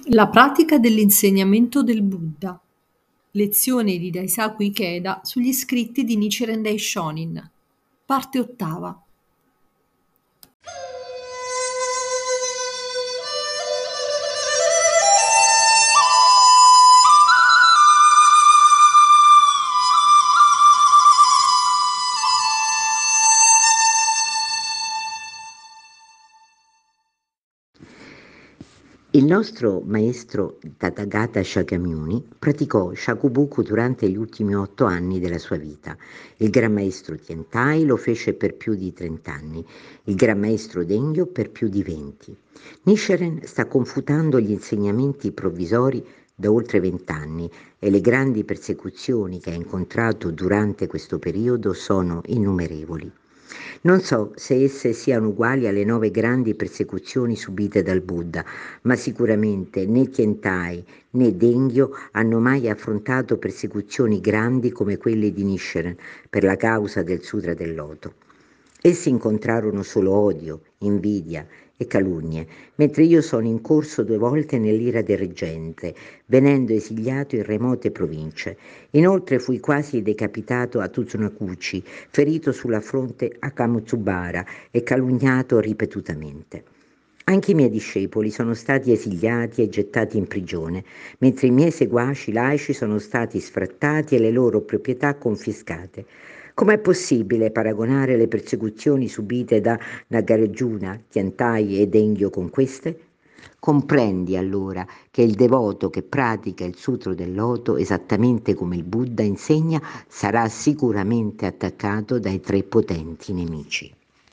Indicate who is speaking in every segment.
Speaker 1: La pratica dell'insegnamento del Buddha. Lezioni di Daisaku Ikeda sugli scritti di Nichiren Daishonin. Parte ottava.
Speaker 2: Il nostro maestro Tathagata Shakyamuni praticò Shakubuku durante gli ultimi 8 anni della sua vita. Il Gran Maestro Tiantai lo fece per più di 30 anni, il Gran Maestro Dengyo per più di 20. Nichiren sta confutando gli insegnamenti provvisori da oltre 20 anni e le grandi persecuzioni che ha incontrato durante questo periodo sono innumerevoli. Non so se esse siano uguali alle 9 grandi persecuzioni subite dal Buddha, ma sicuramente né Tiantai né Dengyo hanno mai affrontato persecuzioni grandi come quelle di Nichiren per la causa del Sutra del Loto. Essi incontrarono solo odio, invidia e calunnie, mentre io sono incorso 2 volte nell'ira del reggente, venendo esiliato in remote province. Inoltre fui quasi decapitato a Tsunakuchi, ferito sulla fronte a Kamutsubara e calunniato ripetutamente. Anche i miei discepoli sono stati esiliati e gettati in prigione, mentre i miei seguaci laici sono stati sfrattati e le loro proprietà confiscate. Com'è possibile paragonare le persecuzioni subite da Nagarjuna, Tiantai e Dengyo con queste? Comprendi allora che il devoto che pratica il Sutra del Loto, esattamente come il Buddha insegna, sarà sicuramente attaccato dai 3 potenti nemici.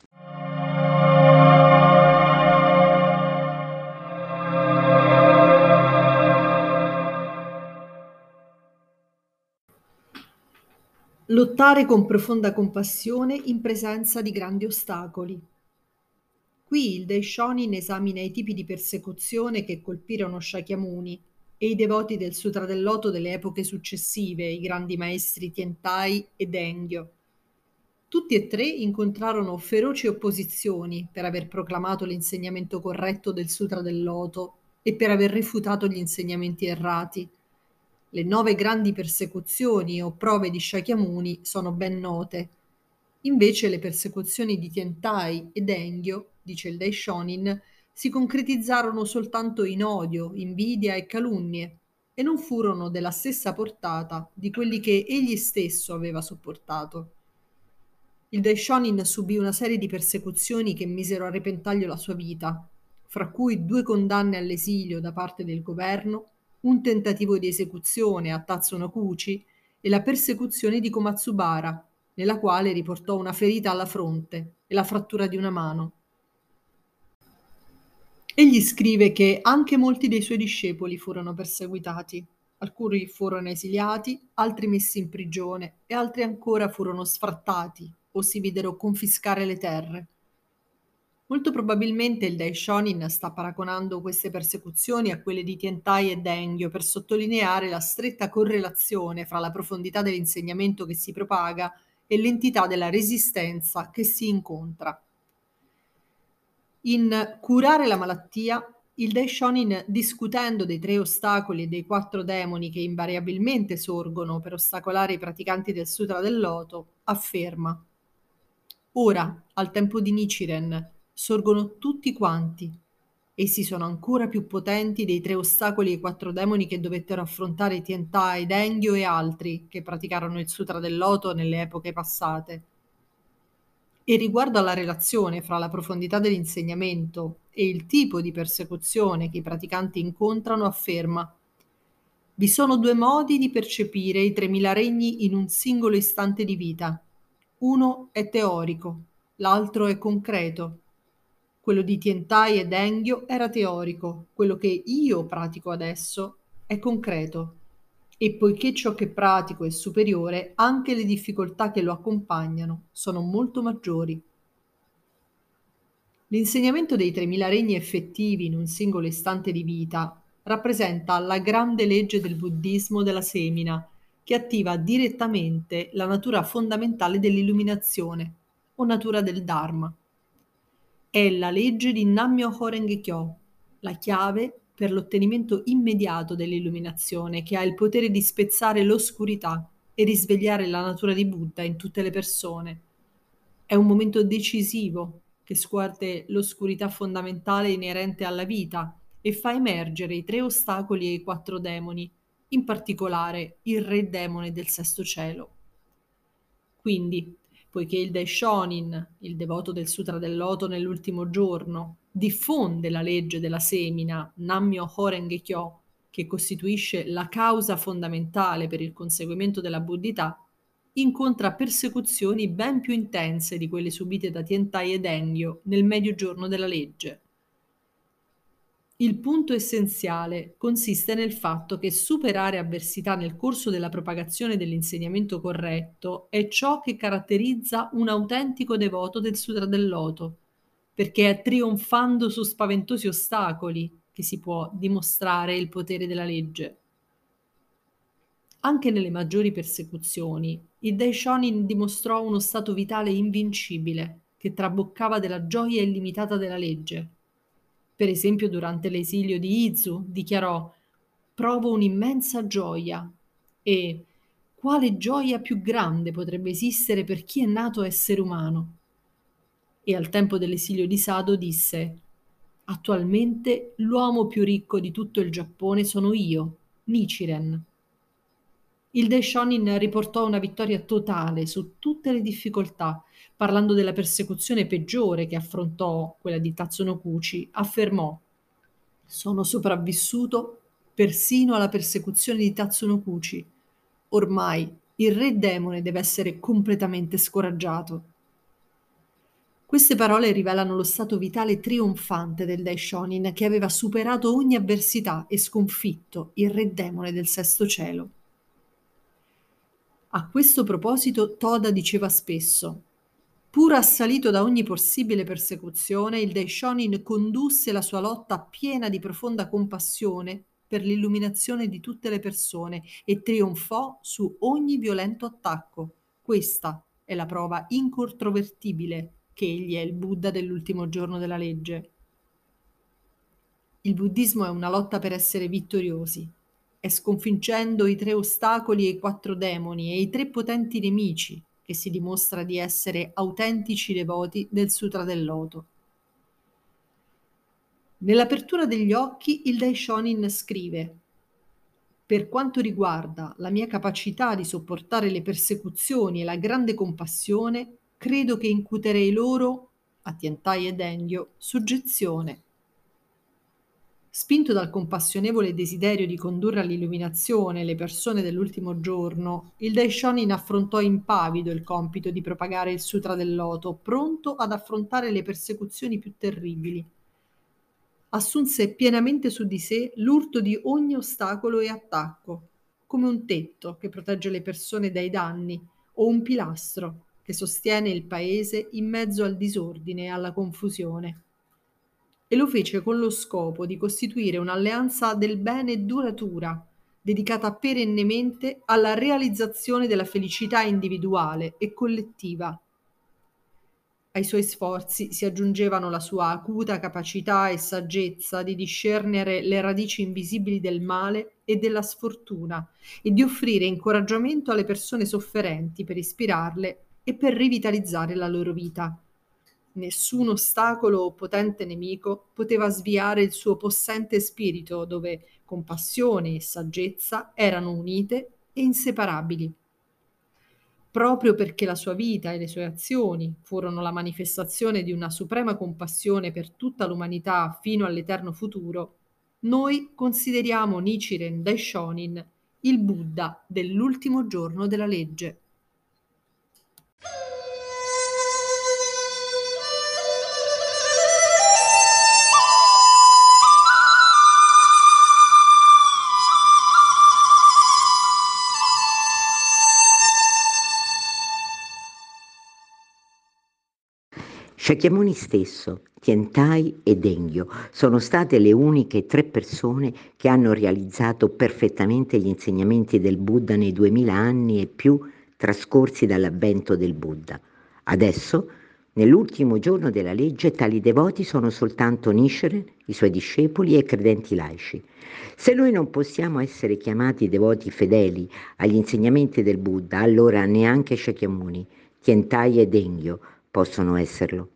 Speaker 1: Lottare con profonda compassione in presenza di grandi ostacoli. Qui il Daishonin esamina i tipi di persecuzione che colpirono Shakyamuni e i devoti del Sutra del Loto delle epoche successive, i grandi maestri Tiantai e Dengyo. Tutti e 3 incontrarono feroci opposizioni per aver proclamato l'insegnamento corretto del Sutra del Loto e per aver rifutato gli insegnamenti errati. Le 9 grandi persecuzioni o prove di Shakyamuni sono ben note. Invece le persecuzioni di Tiantai e Dengyo, dice il Daishonin, si concretizzarono soltanto in odio, invidia e calunnie e non furono della stessa portata di quelli che egli stesso aveva sopportato. Il Daishonin subì una serie di persecuzioni che misero a repentaglio la sua vita, fra cui 2 condanne all'esilio da parte del governo, un tentativo di esecuzione a Tatsunokuchi e la persecuzione di Komatsubara, nella quale riportò una ferita alla fronte e la frattura di una mano. Egli scrive che anche molti dei suoi discepoli furono perseguitati. Alcuni furono esiliati, altri messi in prigione e altri ancora furono sfrattati o si videro confiscare le terre. Molto probabilmente il Daishonin sta paragonando queste persecuzioni a quelle di Tiantai e Dengyo per sottolineare la stretta correlazione fra la profondità dell'insegnamento che si propaga e l'entità della resistenza che si incontra. In Curare la malattia, il Daishonin, discutendo dei 3 ostacoli e dei 4 demoni che invariabilmente sorgono per ostacolare i praticanti del Sutra del Loto, afferma: ora, al tempo di Nichiren, sorgono tutti quanti. Essi sono ancora più potenti dei 3 ostacoli e i 4 demoni che dovettero affrontare Tiantai, Dengyo e altri che praticarono il Sutra del Loto nelle epoche passate. E riguardo alla relazione fra la profondità dell'insegnamento e il tipo di persecuzione che i praticanti incontrano, afferma: vi sono 2 modi di percepire i 3000 regni in un singolo istante di vita. Uno è teorico, l'altro è concreto. Quello di Tiantai e Dengyo era teorico, quello che io pratico adesso è concreto. E poiché ciò che pratico è superiore, anche le difficoltà che lo accompagnano sono molto maggiori. L'insegnamento dei 3000 regni effettivi in un singolo istante di vita rappresenta la grande legge del buddismo della semina, che attiva direttamente la natura fondamentale dell'illuminazione o natura del Dharma. È la legge di Nammyo Horenge Kyo, la chiave per l'ottenimento immediato dell'illuminazione, che ha il potere di spezzare l'oscurità e risvegliare la natura di Buddha in tutte le persone. È un momento decisivo che scuote l'oscurità fondamentale inerente alla vita e fa emergere i tre ostacoli e i quattro demoni, in particolare il re demone del sesto cielo. Quindi, poiché il Daishonin, il devoto del Sutra del Loto nell'ultimo giorno, diffonde la legge della semina Nammyo Renge Kyo, che costituisce la causa fondamentale per il conseguimento della buddhità, incontra persecuzioni ben più intense di quelle subite da Tientai ed Ennio nel medio giorno della legge. Il punto essenziale consiste nel fatto che superare avversità nel corso della propagazione dell'insegnamento corretto è ciò che caratterizza un autentico devoto del Sutra del Loto, perché è trionfando su spaventosi ostacoli che si può dimostrare il potere della legge. Anche nelle maggiori persecuzioni, il Daishonin dimostrò uno stato vitale invincibile, che traboccava della gioia illimitata della legge. Per esempio, durante l'esilio di Izu, dichiarò: «Provo un'immensa gioia» e «Quale gioia più grande potrebbe esistere per chi è nato essere umano?» E al tempo dell'esilio di Sado disse: «Attualmente l'uomo più ricco di tutto il Giappone sono io, Nichiren». Il Daishonin riportò una vittoria totale su tutte le difficoltà. Parlando della persecuzione peggiore che affrontò, quella di Tatsunokuchi, affermò: «Sono sopravvissuto persino alla persecuzione di Tatsunokuchi. Ormai il re demone deve essere completamente scoraggiato». Queste parole rivelano lo stato vitale trionfante del Daishonin, che aveva superato ogni avversità e sconfitto il re demone del sesto cielo. A questo proposito Toda diceva spesso: «Pur assalito da ogni possibile persecuzione, il Daishonin condusse la sua lotta piena di profonda compassione per l'illuminazione di tutte le persone e trionfò su ogni violento attacco. Questa è la prova incontrovertibile che egli è il Buddha dell'ultimo giorno della legge». Il buddismo è una lotta per essere vittoriosi. È sconfiggendo i tre ostacoli e i quattro demoni e i tre potenti nemici che si dimostra di essere autentici devoti del Sutra del Loto. Nell'apertura degli occhi il Daishonin scrive: «Per quanto riguarda la mia capacità di sopportare le persecuzioni e la grande compassione, credo che incuterei loro, a Tientai ed Ennio, soggezione». Spinto dal compassionevole desiderio di condurre all'illuminazione le persone dell'ultimo giorno, il Daishonin affrontò impavido il compito di propagare il Sutra del Loto, pronto ad affrontare le persecuzioni più terribili. Assunse pienamente su di sé l'urto di ogni ostacolo e attacco, come un tetto che protegge le persone dai danni o un pilastro che sostiene il paese in mezzo al disordine e alla confusione. E lo fece con lo scopo di costituire un'alleanza del bene duratura, dedicata perennemente alla realizzazione della felicità individuale e collettiva. Ai suoi sforzi si aggiungevano la sua acuta capacità e saggezza di discernere le radici invisibili del male e della sfortuna e di offrire incoraggiamento alle persone sofferenti per ispirarle e per rivitalizzare la loro vita. Nessun ostacolo o potente nemico poteva sviare il suo possente spirito, dove compassione e saggezza erano unite e inseparabili. Proprio perché la sua vita e le sue azioni furono la manifestazione di una suprema compassione per tutta l'umanità fino all'eterno futuro, noi consideriamo Nichiren Daishonin il Buddha dell'ultimo giorno della legge.
Speaker 2: Shakyamuni stesso, Tientai e Dengyo sono state le uniche 3 persone che hanno realizzato perfettamente gli insegnamenti del Buddha nei 2000 anni e più trascorsi dall'avvento del Buddha. Adesso Nell'ultimo giorno della legge tali devoti sono soltanto Nichiren, i suoi discepoli e credenti laici. Se noi non possiamo essere chiamati devoti fedeli agli insegnamenti del Buddha, allora neanche Shakyamuni, Tientai e Dengyo possono esserlo.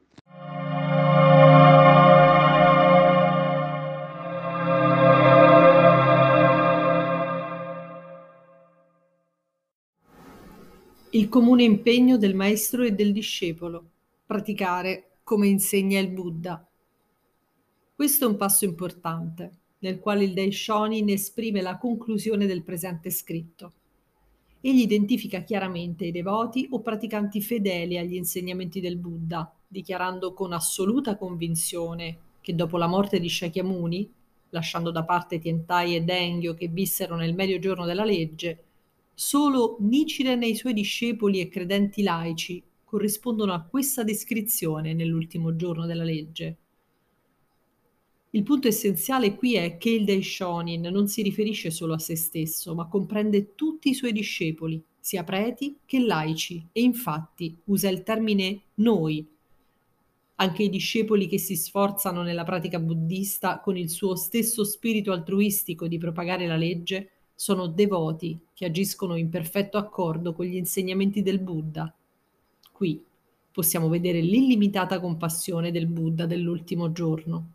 Speaker 1: Il comune impegno del maestro e del discepolo: praticare come insegna il Buddha. Questo è un passo importante, nel quale il Daishonin esprime la conclusione del presente scritto. Egli identifica chiaramente i devoti o praticanti fedeli agli insegnamenti del Buddha, dichiarando con assoluta convinzione che dopo la morte di Shakyamuni, lasciando da parte Tientai e Dengyo che vissero nel medio giorno della legge, solo Nichiren e i suoi discepoli e credenti laici corrispondono a questa descrizione nell'ultimo giorno della legge. Il punto essenziale qui è che il Daishonin non si riferisce solo a se stesso, ma comprende tutti i suoi discepoli, sia preti che laici, e infatti usa il termine noi. Anche i discepoli che si sforzano nella pratica buddista con il suo stesso spirito altruistico di propagare la legge sono devoti che agiscono in perfetto accordo con gli insegnamenti del Buddha. Qui possiamo vedere l'illimitata compassione del Buddha dell'ultimo giorno.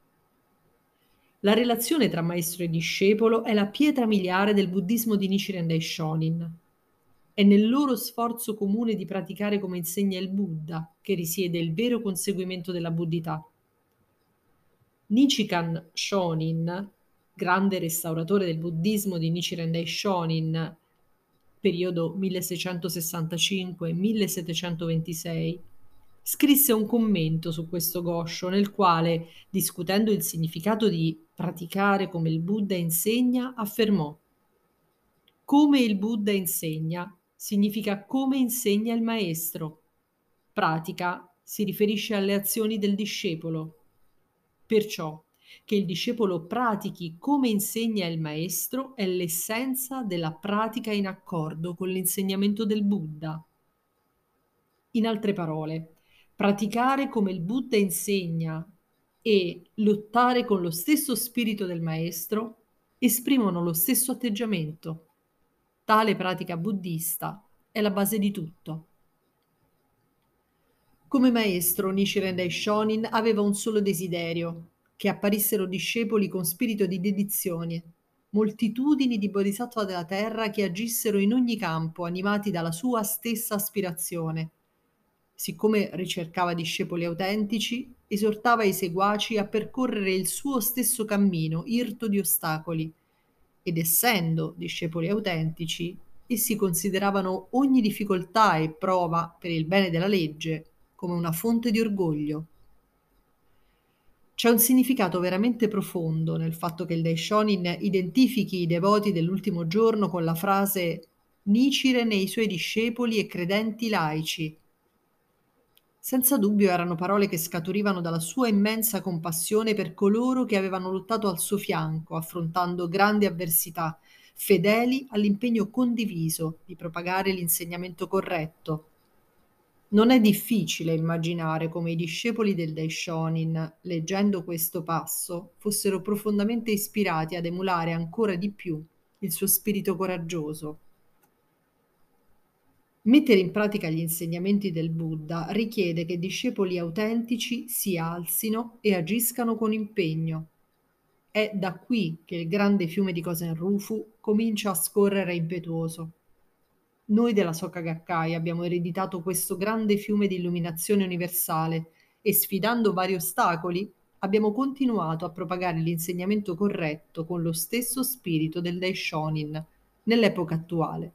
Speaker 1: La relazione tra maestro e discepolo è la pietra miliare del buddismo di Nichiren Daishonin. È nel loro sforzo comune di praticare come insegna il Buddha che risiede il vero conseguimento della buddhità. Nichikan Shonin, grande restauratore del buddismo di Nichiren Daishonin, periodo 1665-1726, scrisse un commento su questo Gosho nel quale, discutendo il significato di praticare come il Buddha insegna, affermò: come il Buddha insegna significa come insegna il maestro. Pratica si riferisce alle azioni del discepolo. Perciò, che il discepolo pratichi come insegna il maestro è l'essenza della pratica in accordo con l'insegnamento del Buddha. In altre parole, praticare come il Buddha insegna e lottare con lo stesso spirito del maestro esprimono lo stesso atteggiamento. Tale pratica buddista è la base di tutto. Come maestro, Nichiren Daishonin aveva un solo desiderio: che apparissero discepoli con spirito di dedizione, moltitudini di bodhisattva della terra che agissero in ogni campo, animati dalla sua stessa aspirazione. Siccome ricercava discepoli autentici, esortava i seguaci a percorrere il suo stesso cammino, irto di ostacoli, ed essendo discepoli autentici, essi consideravano ogni difficoltà e prova per il bene della legge come una fonte di orgoglio. C'è un significato veramente profondo nel fatto che il Daishonin identifichi i devoti dell'ultimo giorno con la frase Nichiren e i suoi discepoli e credenti laici. Senza dubbio erano parole che scaturivano dalla sua immensa compassione per coloro che avevano lottato al suo fianco, affrontando grandi avversità, fedeli all'impegno condiviso di propagare l'insegnamento corretto. Non è difficile immaginare come i discepoli del Daishonin, leggendo questo passo, fossero profondamente ispirati ad emulare ancora di più il suo spirito coraggioso. Mettere in pratica gli insegnamenti del Buddha richiede che discepoli autentici si alzino e agiscano con impegno. È da qui che il grande fiume di Kosen Rufu comincia a scorrere impetuoso. Noi della Soka Gakkai abbiamo ereditato questo grande fiume di illuminazione universale e, sfidando vari ostacoli, abbiamo continuato a propagare l'insegnamento corretto con lo stesso spirito del Daishonin nell'epoca attuale.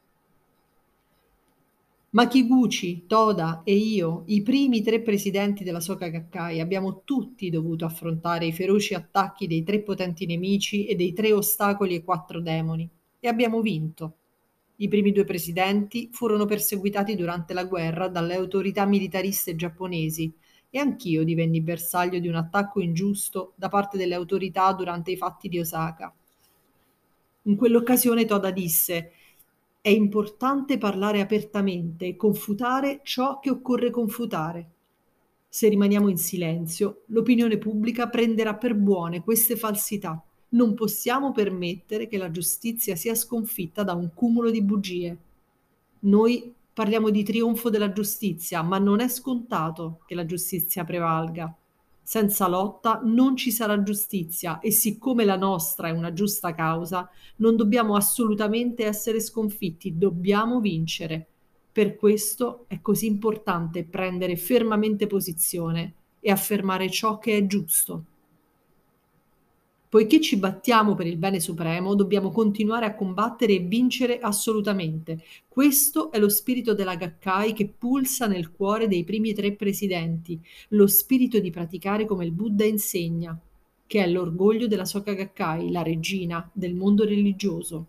Speaker 1: Makiguchi, Toda e io, i primi 3 presidenti della Soka Gakkai, abbiamo tutti dovuto affrontare i feroci attacchi dei 3 potenti nemici e dei 3 ostacoli e 4 demoni, e abbiamo vinto. I primi 2 presidenti furono perseguitati durante la guerra dalle autorità militariste giapponesi e anch'io divenni bersaglio di un attacco ingiusto da parte delle autorità durante i fatti di Osaka. In quell'occasione Toda disse: è importante parlare apertamente e confutare ciò che occorre confutare. Se rimaniamo in silenzio, l'opinione pubblica prenderà per buone queste falsità. Non possiamo permettere che la giustizia sia sconfitta da un cumulo di bugie. Noi parliamo di trionfo della giustizia, ma non è scontato che la giustizia prevalga. Senza lotta non ci sarà giustizia e siccome la nostra è una giusta causa, non dobbiamo assolutamente essere sconfitti, dobbiamo vincere. Per questo è così importante prendere fermamente posizione e affermare ciò che è giusto. Poiché ci battiamo per il bene supremo, dobbiamo continuare a combattere e vincere assolutamente. Questo è lo spirito della Gakkai che pulsa nel cuore dei primi tre presidenti, lo spirito di praticare come il Buddha insegna, che è l'orgoglio della Soka Gakkai, la regina del mondo religioso.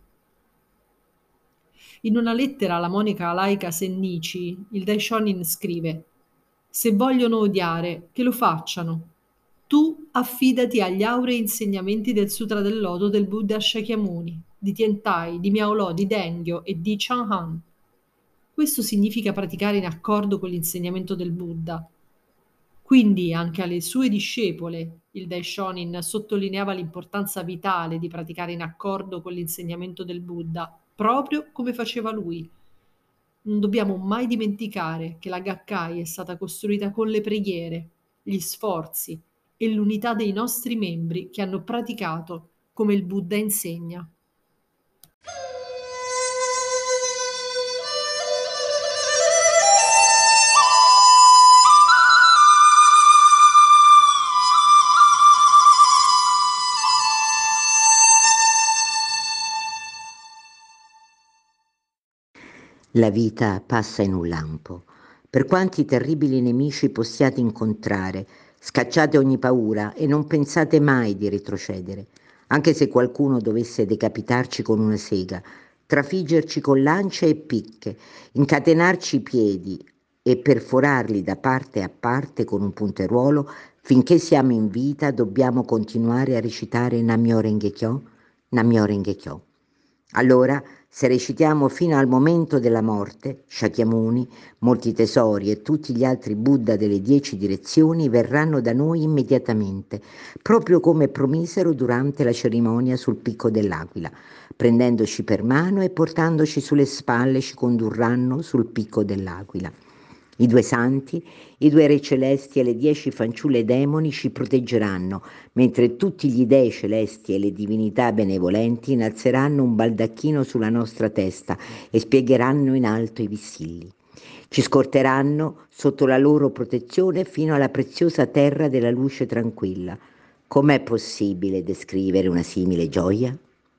Speaker 1: In una lettera alla monaca laica Sennichi, il Daishonin scrive: Se vogliono odiare, che lo facciano. Tu affidati agli aurei insegnamenti del Sutra del Loto del Buddha Shakyamuni, di Tiantai, di Miaolò, di Dengyo e di Chang'an. Questo significa praticare in accordo con l'insegnamento del Buddha. Quindi anche alle sue discepole il Daishonin sottolineava l'importanza vitale di praticare in accordo con l'insegnamento del Buddha, proprio come faceva lui. Non dobbiamo mai dimenticare che la Gakkai è stata costruita con le preghiere, gli sforzi e l'unità dei nostri membri che hanno praticato come il Buddha insegna.
Speaker 2: La vita passa in un lampo. Per quanti terribili nemici possiate incontrare, scacciate ogni paura e non pensate mai di retrocedere. Anche se qualcuno dovesse decapitarci con una sega, trafiggerci con lance e picche, incatenarci i piedi e perforarli da parte a parte con un punteruolo, finché siamo in vita dobbiamo continuare a recitare Nam-myoho Renge Kyo, Nam-myoho Renge Kyo. Allora, se recitiamo fino al momento della morte, Shakyamuni, molti tesori e tutti gli altri Buddha delle 10 direzioni verranno da noi immediatamente, proprio come promisero durante la cerimonia sul picco dell'Aquila. Prendendoci per mano e portandoci sulle spalle ci condurranno sul picco dell'Aquila. I due santi, i due re celesti e le 10 fanciulle demoni ci proteggeranno, mentre tutti gli dei celesti e le divinità benevolenti innalzeranno un baldacchino sulla nostra testa e spiegheranno in alto i vissilli. Ci scorteranno sotto la loro protezione fino alla preziosa terra della luce tranquilla. Com'è possibile descrivere una simile gioia?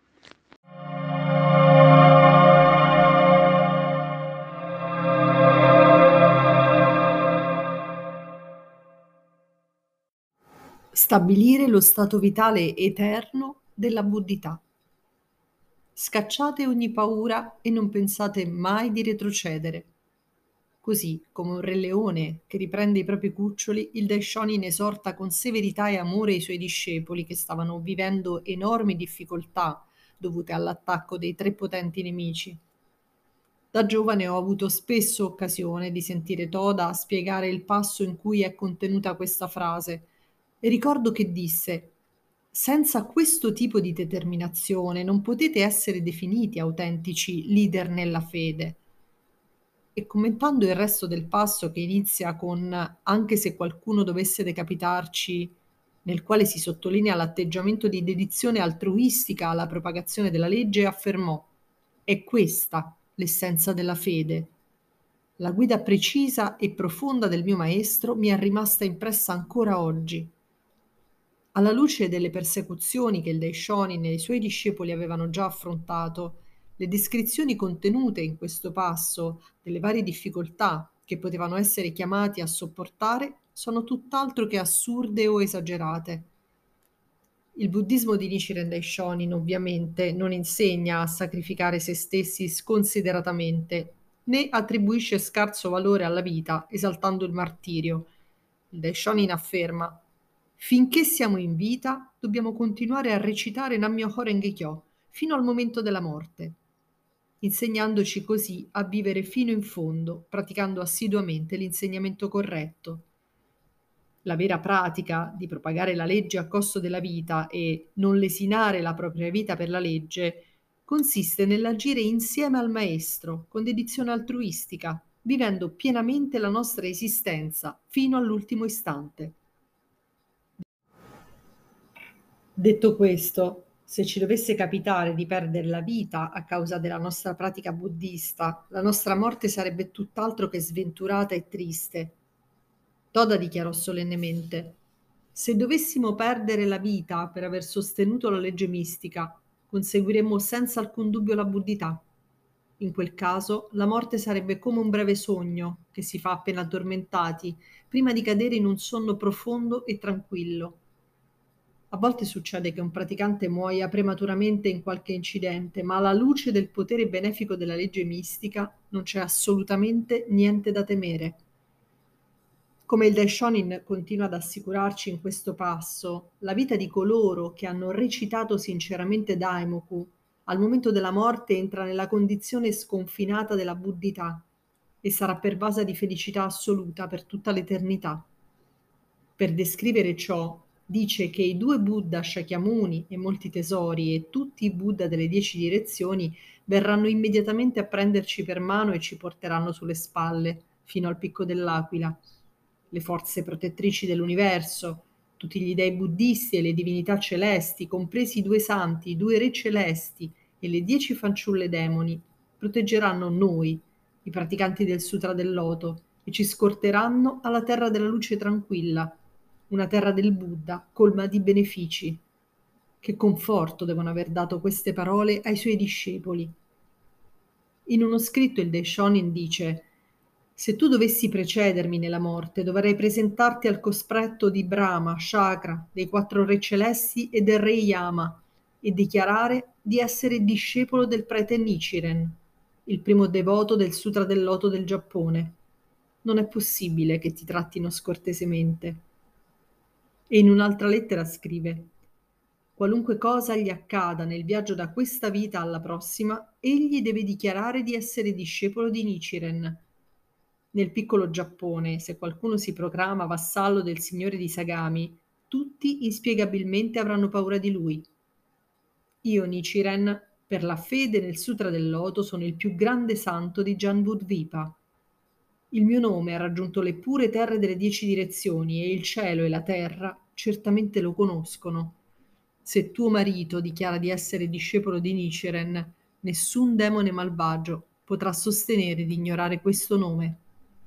Speaker 1: Stabilire lo stato vitale eterno della buddhità. Scacciate ogni paura e non pensate mai di retrocedere. Così, come un re leone che riprende i propri cuccioli, il Daishonin esorta con severità e amore i suoi discepoli che stavano vivendo enormi difficoltà dovute all'attacco dei tre potenti nemici. Da giovane ho avuto spesso occasione di sentire Toda spiegare il passo in cui è contenuta questa frase e ricordo che disse: senza questo tipo di determinazione non potete essere definiti autentici leader nella fede. E commentando il resto del passo che inizia con anche se qualcuno dovesse decapitarci, nel quale si sottolinea l'atteggiamento di dedizione altruistica alla propagazione della legge, affermò: è questa l'essenza della fede. La guida precisa e profonda del mio maestro mi è rimasta impressa ancora oggi. Alla luce delle persecuzioni che il Daishonin e i suoi discepoli avevano già affrontato, le descrizioni contenute in questo passo delle varie difficoltà che potevano essere chiamati a sopportare sono tutt'altro che assurde o esagerate. Il buddismo di Nichiren Daishonin ovviamente non insegna a sacrificare se stessi sconsideratamente, né attribuisce scarso valore alla vita esaltando il martirio. Il Daishonin afferma: finché siamo in vita dobbiamo continuare a recitare Nam-myoho Renge Kyo fino al momento della morte, insegnandoci così a vivere fino in fondo, praticando assiduamente l'insegnamento corretto. La vera pratica di propagare la legge a costo della vita e non lesinare la propria vita per la legge consiste nell'agire insieme al Maestro, con dedizione altruistica, vivendo pienamente la nostra esistenza fino all'ultimo istante. Detto questo, se ci dovesse capitare di perdere la vita a causa della nostra pratica buddista, la nostra morte sarebbe tutt'altro che sventurata e triste. Toda dichiarò solennemente: se dovessimo perdere la vita per aver sostenuto la legge mistica, conseguiremmo senza alcun dubbio la buddhità. In quel caso, la morte sarebbe come un breve sogno che si fa appena addormentati, prima di cadere in un sonno profondo e tranquillo. A volte succede che un praticante muoia prematuramente in qualche incidente, ma alla luce del potere benefico della legge mistica non c'è assolutamente niente da temere. Come il Daishonin continua ad assicurarci in questo passo, la vita di coloro che hanno recitato sinceramente Daimoku al momento della morte entra nella condizione sconfinata della buddhità e sarà pervasa di felicità assoluta per tutta l'eternità. Per descrivere ciò, dice che i due Buddha Shakyamuni e molti tesori e tutti i Buddha delle 10 direzioni verranno immediatamente a prenderci per mano e ci porteranno sulle spalle fino al picco dell'Aquila. Le forze protettrici dell'universo, tutti gli dei buddisti e le divinità celesti, compresi i due santi, i due re celesti e le 10 fanciulle demoni, proteggeranno noi, i praticanti del Sutra del Loto, e ci scorteranno alla terra della luce tranquilla, una terra del Buddha colma di benefici. Che conforto devono aver dato queste parole ai suoi discepoli. In uno scritto il Daishonin dice: se tu dovessi precedermi nella morte, dovrei presentarti al cospetto di Brahma, Shakra, dei 4 re celesti e del re Yama e dichiarare di essere discepolo del prete Nichiren, il primo devoto del Sutra del Loto del Giappone. Non è possibile che ti trattino scortesemente. E in un'altra lettera scrive: qualunque cosa gli accada nel viaggio da questa vita alla prossima, egli deve dichiarare di essere discepolo di Nichiren. Nel piccolo Giappone, se qualcuno si proclama vassallo del signore di Sagami, tutti inspiegabilmente avranno paura di lui. Io, Nichiren, per la fede nel Sutra del Loto, sono il più grande santo di Jambudvipa. Il mio nome ha raggiunto le pure terre delle 10 direzioni e il cielo e la terra certamente lo conoscono. Se tuo marito dichiara di essere discepolo di Nichiren, nessun demone malvagio potrà sostenere di ignorare questo nome.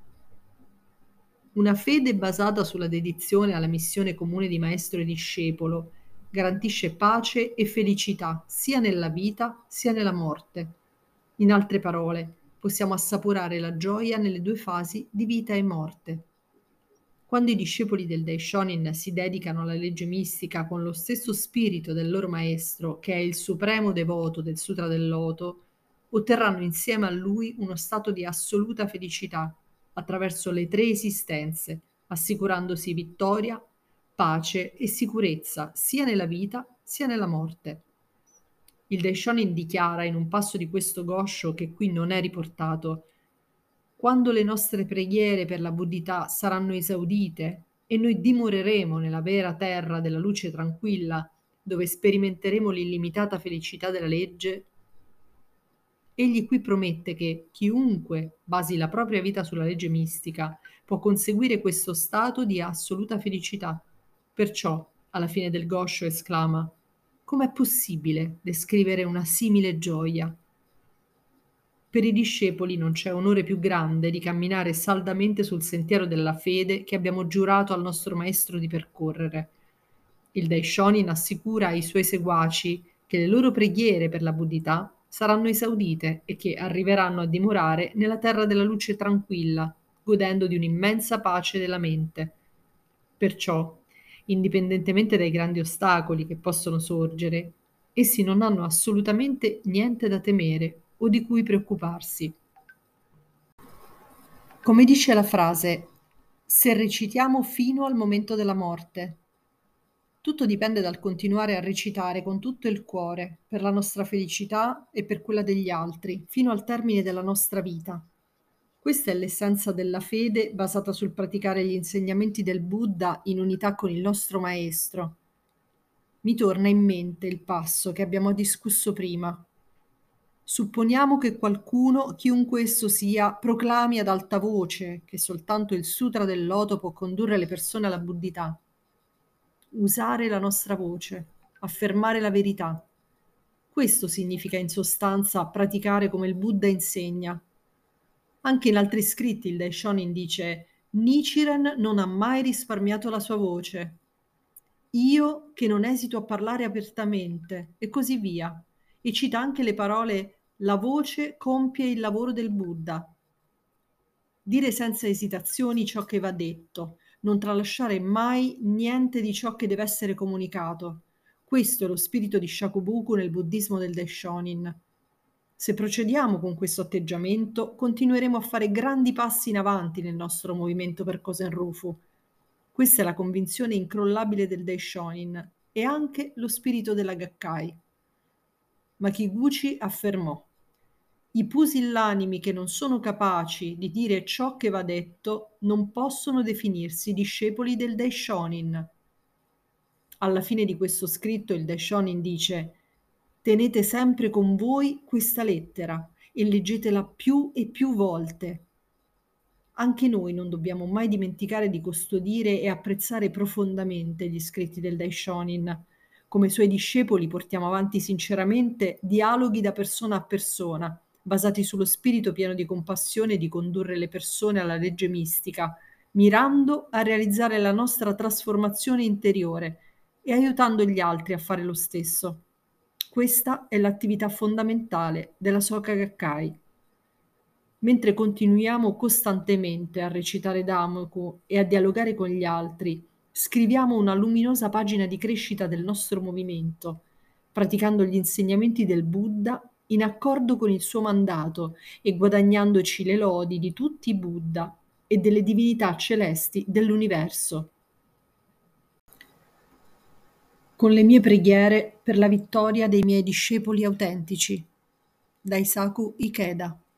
Speaker 1: Una fede basata sulla dedizione alla missione comune di maestro e discepolo garantisce pace e felicità sia nella vita sia nella morte. In altre parole, possiamo assaporare la gioia nelle due fasi di vita e morte. Quando i discepoli del Daishonin si dedicano alla legge mistica con lo stesso spirito del loro maestro, che è il supremo devoto del Sutra del Loto, otterranno insieme a lui uno stato di assoluta felicità attraverso le 3 esistenze, assicurandosi vittoria, pace e sicurezza sia nella vita sia nella morte. Il Daishonin dichiara in un passo di questo gosho che qui non è riportato: quando le nostre preghiere per la buddhità saranno esaudite e noi dimoreremo nella vera terra della luce tranquilla, dove sperimenteremo l'illimitata felicità della legge, egli qui promette che chiunque basi la propria vita sulla legge mistica può conseguire questo stato di assoluta felicità. Perciò, alla fine del gosho, esclama: com'è possibile descrivere una simile gioia? Per i discepoli non c'è onore più grande di camminare saldamente sul sentiero della fede che abbiamo giurato al nostro maestro di percorrere. Il Daishonin assicura ai suoi seguaci che le loro preghiere per la buddhità saranno esaudite e che arriveranno a dimorare nella terra della luce tranquilla, godendo di un'immensa pace della mente. Perciò, indipendentemente dai grandi ostacoli che possono sorgere, essi non hanno assolutamente niente da temere o di cui preoccuparsi. Come dice la frase, se recitiamo fino al momento della morte. Tutto dipende dal continuare a recitare con tutto il cuore, per la nostra felicità e per quella degli altri, fino al termine della nostra vita. Questa è l'essenza della fede basata sul praticare gli insegnamenti del Buddha in unità con il nostro maestro. Mi torna in mente il passo che abbiamo discusso prima. Supponiamo che qualcuno, chiunque esso sia, proclami ad alta voce che soltanto il Sutra del Loto può condurre le persone alla buddhità. Usare la nostra voce, affermare la verità. Questo significa in sostanza praticare come il Buddha insegna. Anche in altri scritti il Daishonin dice Nichiren non ha mai risparmiato la sua voce. Io che non esito a parlare apertamente e così via. E cita anche le parole la voce compie il lavoro del Buddha. Dire senza esitazioni ciò che va detto, non tralasciare mai niente di ciò che deve essere comunicato. Questo è lo spirito di Shakubuku nel buddismo del Daishonin. Se procediamo con questo atteggiamento, continueremo a fare grandi passi in avanti nel nostro movimento per Kosen Rufu. Questa è la convinzione incrollabile del Daishonin e anche lo spirito della Gakkai. Makiguchi affermò: i pusillanimi che non sono capaci di dire ciò che va detto non possono definirsi discepoli del Daishonin. Alla fine di questo scritto il Daishonin dice: tenete sempre con voi questa lettera e leggetela più e più volte. Anche noi non dobbiamo mai dimenticare di custodire e apprezzare profondamente gli scritti del Daishonin. Come suoi discepoli portiamo avanti sinceramente dialoghi da persona a persona, basati sullo spirito pieno di compassione di condurre le persone alla legge mistica, mirando a realizzare la nostra trasformazione interiore e aiutando gli altri a fare lo stesso. Questa è l'attività fondamentale della Soka Gakkai. Mentre continuiamo costantemente a recitare Damoku e a dialogare con gli altri, scriviamo una luminosa pagina di crescita del nostro movimento, praticando gli insegnamenti del Buddha in accordo con il suo mandato e guadagnandoci le lodi di tutti i Buddha e delle divinità celesti dell'universo. Con le mie preghiere per la vittoria dei miei discepoli autentici. Daisaku Ikeda.